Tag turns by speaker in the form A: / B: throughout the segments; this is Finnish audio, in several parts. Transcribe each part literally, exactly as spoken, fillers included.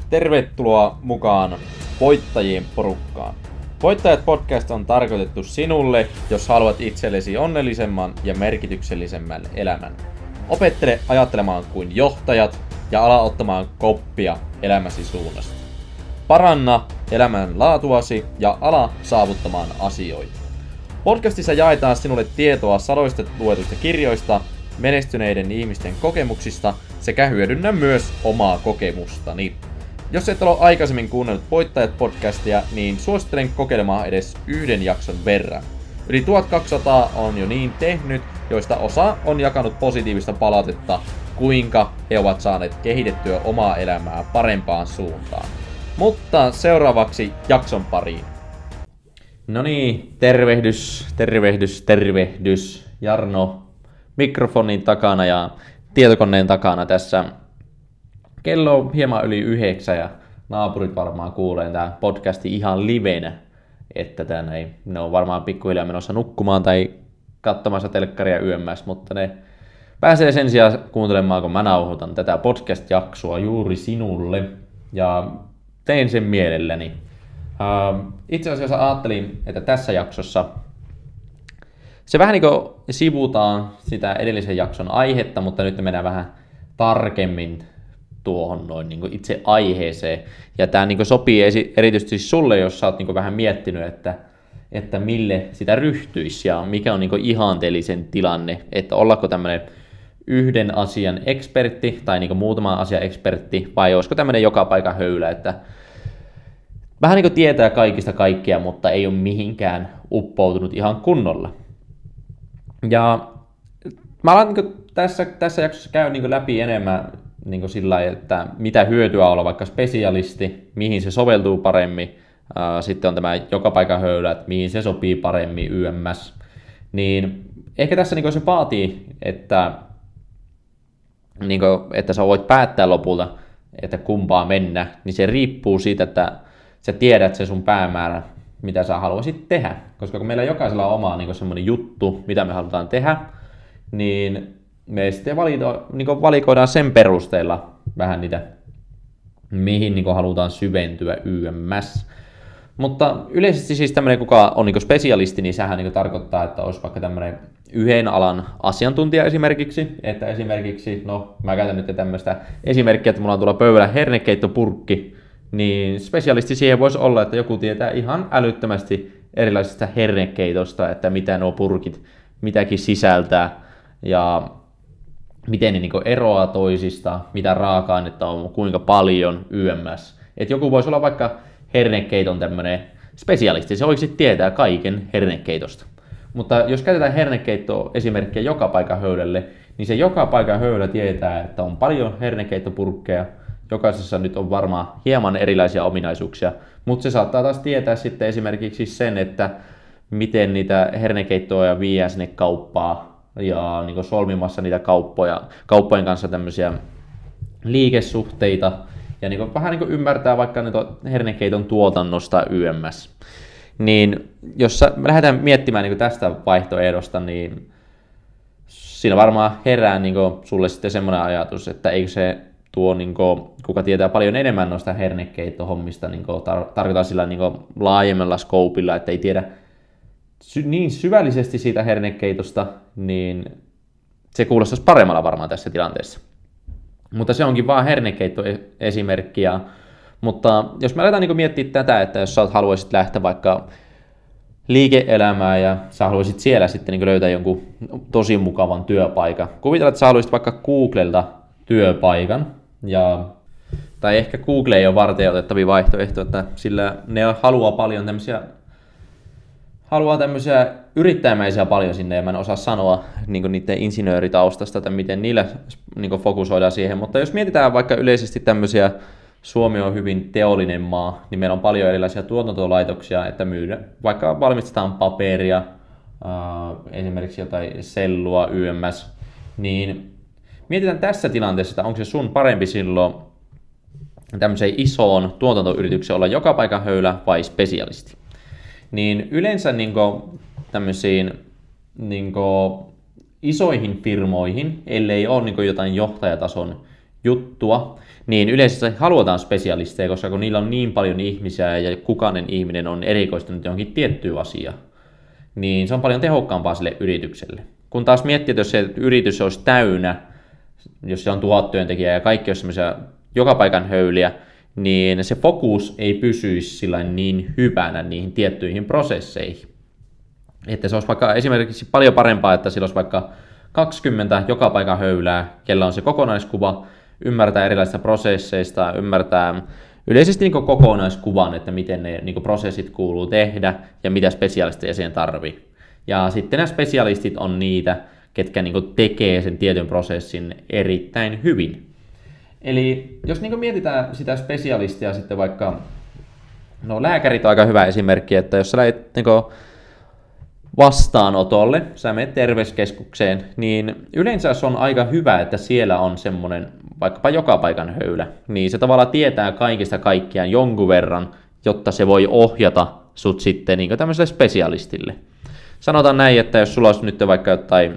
A: Tervetuloa mukaan Voittajien porukkaan. Voittajat podcast on tarkoitettu sinulle, jos haluat itsellesi onnellisemman ja merkityksellisemmän elämän. Opettele ajattelemaan kuin johtajat ja ala ottamaan koppia elämäsi suunnasta. Paranna elämän laatuasi ja ala saavuttamaan asioita. Podcastissa jaetaan sinulle tietoa sadoista luetuista kirjoista, menestyneiden ihmisten kokemuksista sekä hyödynnä myös omaa kokemustani. Jos et ole aikaisemmin kuunnellut Voittajat-podcastia, niin suosittelen kokeilemaan edes yhden jakson verran. Yli tuhatkaksisataa on jo niin tehnyt, joista osa on jakanut positiivista palautetta, kuinka he ovat saaneet kehitettyä omaa elämää parempaan suuntaan. Mutta seuraavaksi jakson pariin. No niin, tervehdys, tervehdys, tervehdys. Jarno mikrofonin takana ja tietokoneen takana tässä. Kello on hieman yli yhdeksän ja naapurit varmaan kuulee tää podcasti ihan livenä, että tän ei, ne on varmaan pikkuhiljaa menossa nukkumaan tai katsomassa telkkaria yömmässä, mutta ne pääsee sen sijaan kuuntelemaan, kun mä nauhoitan tätä podcast-jaksoa juuri sinulle ja tein sen mielelläni. Itse asiassa ajattelin, että tässä jaksossa se vähän niin kuin sivutaan sitä edellisen jakson aihetta, mutta nyt mennään vähän tarkemmin tuohon noin niin kuin itse aiheeseen. Ja tämä niin kuin sopii erityisesti sulle, jos sä oot niin kuin vähän miettinyt, että, että mille sitä ryhtyisi ja mikä on niin kuin ihanteellisen tilanne, että ollako tämmöinen yhden asian ekspertti tai niin kuin muutaman asian ekspertti vai olisiko tämmöinen joka paikan höylä, että vähän niin kuin tietää kaikista kaikkea, mutta ei ole mihinkään uppoutunut ihan kunnolla. Ja mä alan niin tässä, tässä jaksossa käyn niin läpi enemmän niin sillä lailla, että mitä hyötyä olla vaikka spesialisti, mihin se soveltuu paremmin. Sitten on tämä joka paikan höylä, että mihin se sopii paremmin yms. Niin ehkä tässä niin se vaatii, että, niin kuin, että sä voit päättää lopulta, että kumpaa mennä. Niin se riippuu siitä, että sä tiedät se sun päämäärä, mitä sä haluaisit tehdä. Koska kun meillä jokaisella on oma niin semmoinen juttu, mitä me halutaan tehdä, niin me sitten valito, niin valikoidaan sen perusteella vähän niitä, mihin niin halutaan syventyä yms. Mutta yleisesti siis tämmöinen, kuka on niin spesialisti, niin sehän niin tarkoittaa, että olisi vaikka tämmöinen yhden alan asiantuntija esimerkiksi. Että esimerkiksi, no mä käytän nyt tämmöistä esimerkkiä, että mulla on tuolla pöydällä hernekeittopurkki, niin spesialisti siihen voisi olla, että joku tietää ihan älyttömästi erilaisista hernekeitosta, että mitä nuo purkit mitäkin sisältää ja miten ne niin eroaa toisista, mitä raaka-ainetta on, kuinka paljon yms. Että joku voisi olla vaikka hernekeiton tämmöinen spesialisti, se oikeasti tietää kaiken hernekeitosta. Mutta jos käytetään hernekeittoa esimerkkiä joka paikan höylälle, niin se joka paikan höylä tietää, että on paljon hernekeittopurkkeja. Jokaisessa nyt on varmaan hieman erilaisia ominaisuuksia, mutta se saattaa taas tietää sitten esimerkiksi sen, että miten niitä hernekeittoja viedään sinne kauppaan ja niin solmimassa niitä kauppoja, kauppojen kanssa tämmöisiä liikesuhteita ja niin vähän niin ymmärtää vaikka hernekeiton tuotannosta yms. Niin jos me lähdetään miettimään niin tästä vaihtoehdosta, niin siinä varmaan herää niin sulle sitten semmoinen ajatus, että eikö se tuo, niin kuin, kuka tietää paljon enemmän noista hernekeittohommista, niin kuin, tar- tarkoitan sillä niin kuin, laajemmalla skoopilla, että ei tiedä sy- niin syvällisesti siitä hernekeitosta, niin se kuulostaisi paremmalla varmaan tässä tilanteessa. Mutta se onkin vaan hernekeittoesimerkki. Mutta jos me aletaan niin kuin, miettiä tätä, että jos sä haluaisit lähteä vaikka liike-elämään ja sä haluaisit siellä sitten niin kuin, löytää jonkun tosi mukavan työpaikan. Kuvitellaan, että sä haluaisit vaikka Googlelta työpaikan, ja, tai ehkä Google ei ole varten otettavia vaihtoehtoja, että sillä ne haluaa paljon tämmöisiä, haluaa tämmöisiä yrittäjämäisiä paljon sinne, ja mä en osaa sanoa niin niiden insinööritaustasta, että miten niillä niin fokusoidaan siihen, mutta jos mietitään vaikka yleisesti tämmöisiä, Suomi on hyvin teollinen maa, niin meillä on paljon erilaisia tuotantolaitoksia, että myydä, vaikka valmistetaan paperia, äh, esimerkiksi jotain sellua, yms, niin mietitään tässä tilanteessa, että onko se sun parempi silloin tämmöiseen isoon tuotantoyritykseen olla joka paikan höylä vai spesialisti. Niin yleensä niin kuin, tämmöisiin niin kuin, isoihin firmoihin, ellei ole niin kuin, jotain johtajatason juttua, niin yleensä halutaan spesialisteja, koska kun niillä on niin paljon ihmisiä ja kukainen ihminen on erikoistunut johonkin tiettyyn asiaan, niin se on paljon tehokkaampaa sille yritykselle. Kun taas miettii, että jos se yritys olisi täynnä, jos se on tuhat työntekijää ja kaikki olisi semmoisia joka paikan höyliä, niin se fokus ei pysyisi sillä niin hyvänä niihin tiettyihin prosesseihin. Että se olisi vaikka esimerkiksi paljon parempaa, että sillä olisi vaikka kaksikymmentä joka paikan höylää, kellä on se kokonaiskuva, ymmärtää erilaisista prosesseista, ymmärtää yleisesti niin kokonaiskuvan, että miten ne niin prosessit kuuluu tehdä ja mitä spesialisteja siihen tarvii. Ja sitten nämä spesialistit on niitä, ketkä niin tekee sen tietyn prosessin erittäin hyvin. Eli jos niin mietitään sitä spesialistia sitten vaikka, no lääkärit on aika hyvä esimerkki, että jos sä lähdet niin vastaanotolle, sä menet terveyskeskukseen, niin yleensä se on aika hyvä, että siellä on semmoinen vaikkapa joka paikan höylä, niin se tavallaan tietää kaikista kaikkiaan jonkun verran, jotta se voi ohjata sut sitten niin tämmöiselle spesialistille. Sanotaan näin, että jos sulla olisi nyt vaikka jotain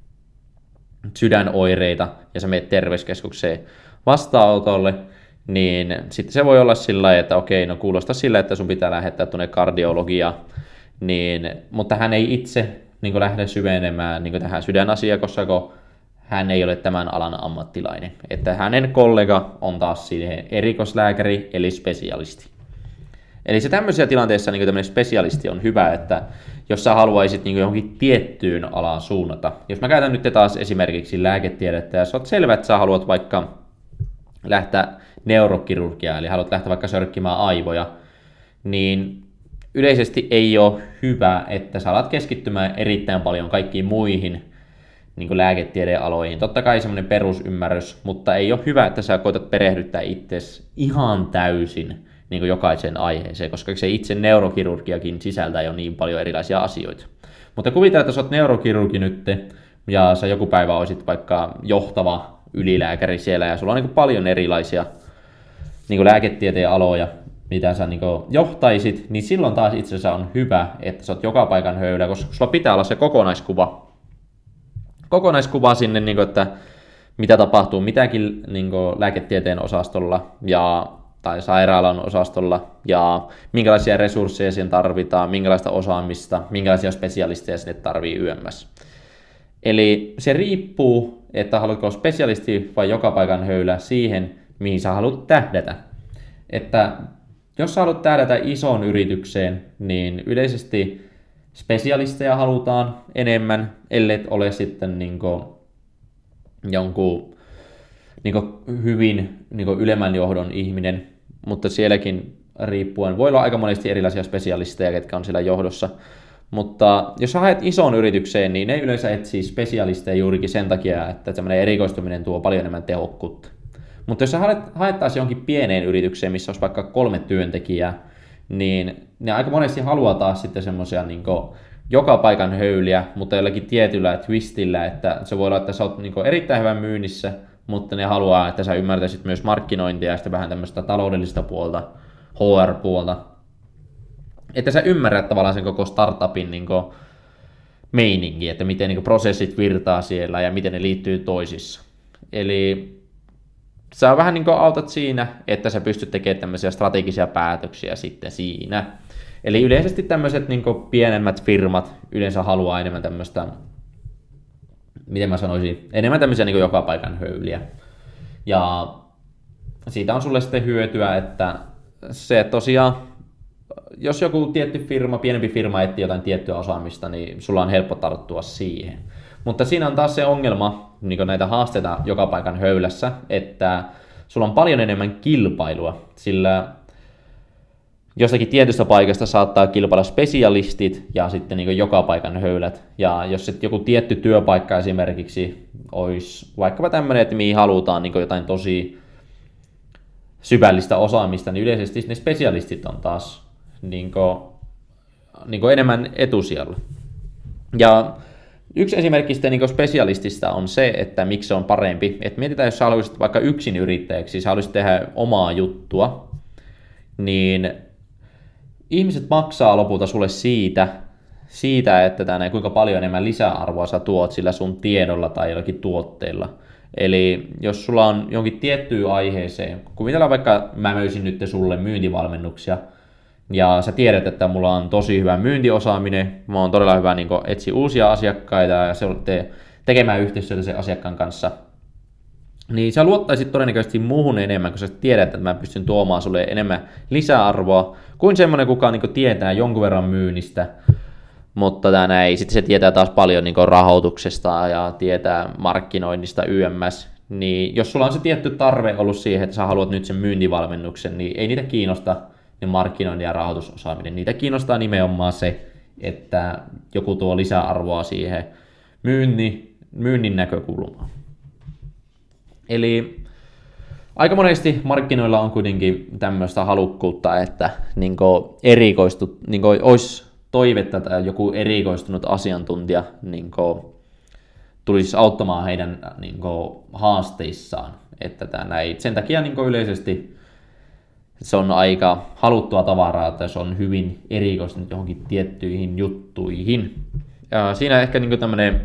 A: sydänoireita ja sä menet terveyskeskukseen vastaanotolle, niin sitten se voi olla sillä lailla, että okei, no kuulostaa sillä, että sun pitää lähettää tuonne kardiologiaan, niin, mutta hän ei itse niin lähde syvenemään niin tähän sydänasiaan, koska hän ei ole tämän alan ammattilainen. Että hänen kollega on taas siihen erikoislääkäri eli spesialisti. Eli se tämmöisiä tilanteissa niin tämmöinen spesialisti on hyvä, että jos sä haluaisit niin johonkin tiettyyn alaan suunnata. Jos mä käytän nyt taas esimerkiksi lääketiedettä, ja sä oot selvä, että sä haluat vaikka lähteä neurokirurgiaan, eli haluat lähteä vaikka sörkkimään aivoja, niin yleisesti ei ole hyvä, että sä alat keskittymään erittäin paljon kaikkiin muihin niin kuin lääketieteen aloihin. Totta kai semmoinen perusymmärrys, mutta ei ole hyvä, että sä koetat perehdyttää itsesi ihan täysin niin kuin jokaiseen aiheeseen, koska se itse neurokirurgiakin sisältää jo niin paljon erilaisia asioita. Mutta kuvitella, että sä oot neurokirurgi nyt, ja sä joku päivä olisit vaikka johtava ylilääkäri siellä, ja sulla on niin kuin paljon erilaisia niin kuin lääketieteen aloja, mitä sä niin johtaisit, niin silloin taas itse asiassa on hyvä, että sä oot joka paikan höylä, koska sulla pitää olla se kokonaiskuva, kokonaiskuva sinne, niin kuin, että mitä tapahtuu mitäkin niin kuin lääketieteen osastolla ja, tai sairaalan osastolla, ja minkälaisia resursseja siihen tarvitaan, minkälaista osaamista, minkälaisia spesialisteja sinne tarvii yömmässä. Eli se riippuu, että haluatko olla spesialisti vai joka paikan höylä siihen, mihin sä haluat tähdätä. Että jos sä haluat tähdätä isoon yritykseen, niin yleisesti spesialisteja halutaan enemmän, ellei ole sitten niinku jonkun niinku hyvin niinku ylemmän johdon ihminen, mutta sielläkin riippuen voi olla aika monesti erilaisia spesialisteja, ketkä on siellä johdossa. Mutta jos sä haet isoon yritykseen, niin ne yleensä etsii spesialisteja juurikin sen takia, että semmoinen erikoistuminen tuo paljon enemmän tehokkuutta. Mutta jos sä haettaisiin jonkin pieneen yritykseen, missä olisi vaikka kolme työntekijää, niin ne aika monesti haluaa taas sitten semmoisia niin joka paikan höyliä, mutta jollakin tietyllä twistillä, että se voi olla, että sä oot niin erittäin hyvän myynnissä, mutta ne haluaa, että sä ymmärtäisit myös markkinointia ja sitten vähän tämmöistä taloudellista puolta, H R-puolta. Että sä ymmärrät tavallaan sen koko startupin niin meininki, että miten niin prosessit virtaa siellä ja miten ne liittyy toisissa. Eli sä vähän niin kuin autat siinä, että sä pystyt tekemään tämmöisiä strategisia päätöksiä sitten siinä. Eli yleisesti tämmöiset niin kuin pienemmät firmat yleensä haluaa enemmän tämmöistä, miten mä sanoisin, enemmän tämmöisiä niin kuin joka paikan höyliä. Ja siitä on sulle sitten hyötyä, että se tosiaan, jos joku tietty firma, pienempi firma etsii jotain tiettyä osaamista, niin sulla on helppo tarttua siihen. Mutta siinä on taas se ongelma, niin näitä haasteita joka paikan höylässä, että sulla on paljon enemmän kilpailua, sillä jostakin tietystä paikasta saattaa kilpailla spesialistit ja sitten niin joka paikan höylät. Ja jos sitten joku tietty työpaikka esimerkiksi olisi vaikkapa tämmöinen, että mihin halutaan niin jotain tosi syvällistä osaamista, niin yleisesti ne spesialistit on taas niin kuin, niin kuin enemmän etusijalla. Ja yksi esimerkki sitten niin spesialistista on se, että miksi se on parempi. Et mietitään, jos sä haluaisit vaikka yksin yrittäjäksi, sä haluaisit tehdä omaa juttua, niin ihmiset maksaa lopulta sulle siitä, siitä että tänne, kuinka paljon enemmän lisäarvoa sä tuot sillä sun tiedolla tai jollakin tuotteilla. Eli jos sulla on jonkin tiettyyn aiheeseen, kuvitellaan vaikka mä myisin nyt sulle myyntivalmennuksia, ja sä tiedät, että mulla on tosi hyvä myyntiosaaminen, mä oon todella hyvä niin etsiä uusia asiakkaita ja se te, tekemään yhteistyötä sen asiakkaan kanssa, niin sä luottaisit todennäköisesti muuhun enemmän, kun sä tiedät, että mä pystyn tuomaan sulle enemmän lisäarvoa kuin semmoinen, kuka niin tietää jonkun verran myynnistä, mutta tää näin, sitten se tietää taas paljon niin rahoituksesta ja tietää markkinoinnista yms. Niin jos sulla on se tietty tarve ollut siihen, että sä haluat nyt sen myyntivalmennuksen, niin ei niitä kiinnosta ne markkinoinnin ja rahoitusosaaminen. Niitä kiinnostaa nimenomaan se, että joku tuo lisäarvoa siihen myynnin, myynnin näkökulmaan. Eli aika monesti markkinoilla on kuitenkin tämmöistä halukkuutta, että niin erikoistu, niin olisi toivetta, että joku erikoistunut asiantuntija niin tulisi auttamaan heidän niin haasteissaan. Että näin. Sen takia niin yleisesti se on aika haluttua tavaraa, että se on hyvin erikoistunut johonkin tiettyihin juttuihin. Ja siinä ehkä niin tämmöinen,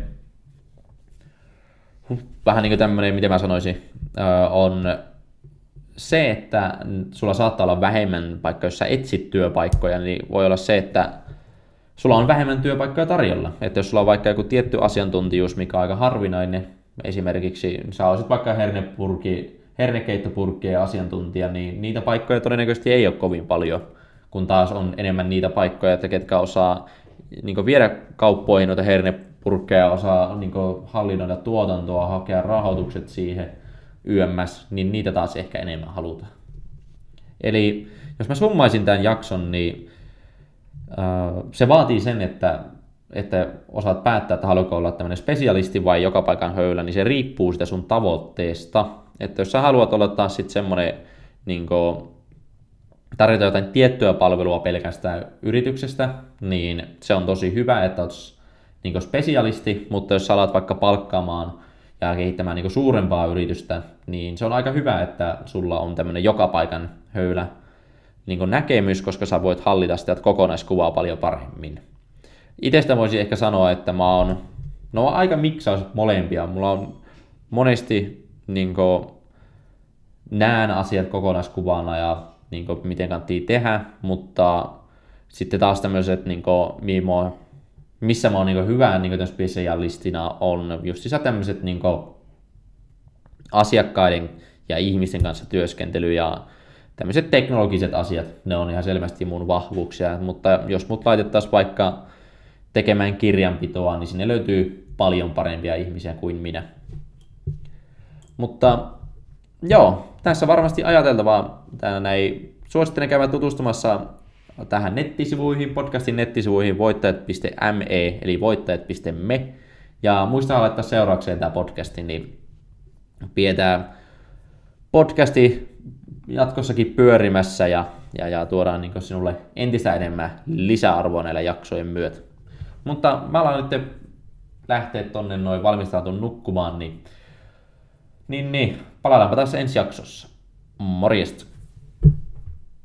A: vähän niin kuin tämmöinen, miten mä sanoisin, on se, että sulla saattaa olla vähemmän, vaikka jos sä etsit työpaikkoja, niin voi olla se, että sulla on vähemmän työpaikkoja tarjolla. Että jos sulla on vaikka joku tietty asiantuntijuus, mikä on aika harvinainen, esimerkiksi sä olisit vaikka hernepurki, hernekeittopurkkien asiantuntija, niin niitä paikkoja todennäköisesti ei ole kovin paljon, kun taas on enemmän niitä paikkoja, että ketkä osaa niin viedä kauppoihin noita hernepurkkeja, osaa niin hallinnoida tuotantoa, hakea rahoitukset siihen yms, niin niitä taas ehkä enemmän halutaan. Eli jos mä summaisin tämän jakson, niin se vaatii sen, että, että osaat päättää, että haluatko olla tämmöinen spesialisti vai joka paikan höylä, niin se riippuu sitä sun tavoitteesta. Että jos sä haluat olla taas sitten semmoinen, niin tarjota jotain tiettyä palvelua pelkästään yrityksestä, niin se on tosi hyvä, että oot niin spesialisti, mutta jos sä alat vaikka palkkaamaan ja kehittämään niin suurempaa yritystä, niin se on aika hyvä, että sulla on tämmöinen joka paikan höylä niin näkemys, koska sä voit hallita sitä kokonaiskuvaa paljon paremmin. Itsestä voisin ehkä sanoa, että mä oon no aika miksaus molempia. Mulla on monesti niin kuin, näen asiat kokonaiskuvana ja niin kuin, miten kannattaa tehdä, mutta sitten taas tämmöiset, niin kuin, missä mä oon niin hyvä niin spesialistina, on just tämmöiset niin asiakkaiden ja ihmisten kanssa työskentely ja tämmöiset teknologiset asiat, ne on ihan selvästi mun vahvuuksia, mutta jos mut laitettaisiin vaikka tekemään kirjanpitoa, niin sinne löytyy paljon parempia ihmisiä kuin minä. Mutta joo, tässä varmasti ajateltavaa. Näin suosittelen käydä tutustumassa tähän nettisivuihin, podcastin nettisivuihin voittajat piste me, eli voittajat piste me. Ja muistakaa laittaa seuraukseen tämä podcasti, niin pidetään podcasti jatkossakin pyörimässä ja, ja, ja tuodaan niin sinulle entistä enemmän lisäarvoa näillä jaksojen myötä. Mutta mä alan nyt lähteä tonne noin valmistautua nukkumaan, niin, niin, niin palataanpa taas ensi jaksossa. Morjesta!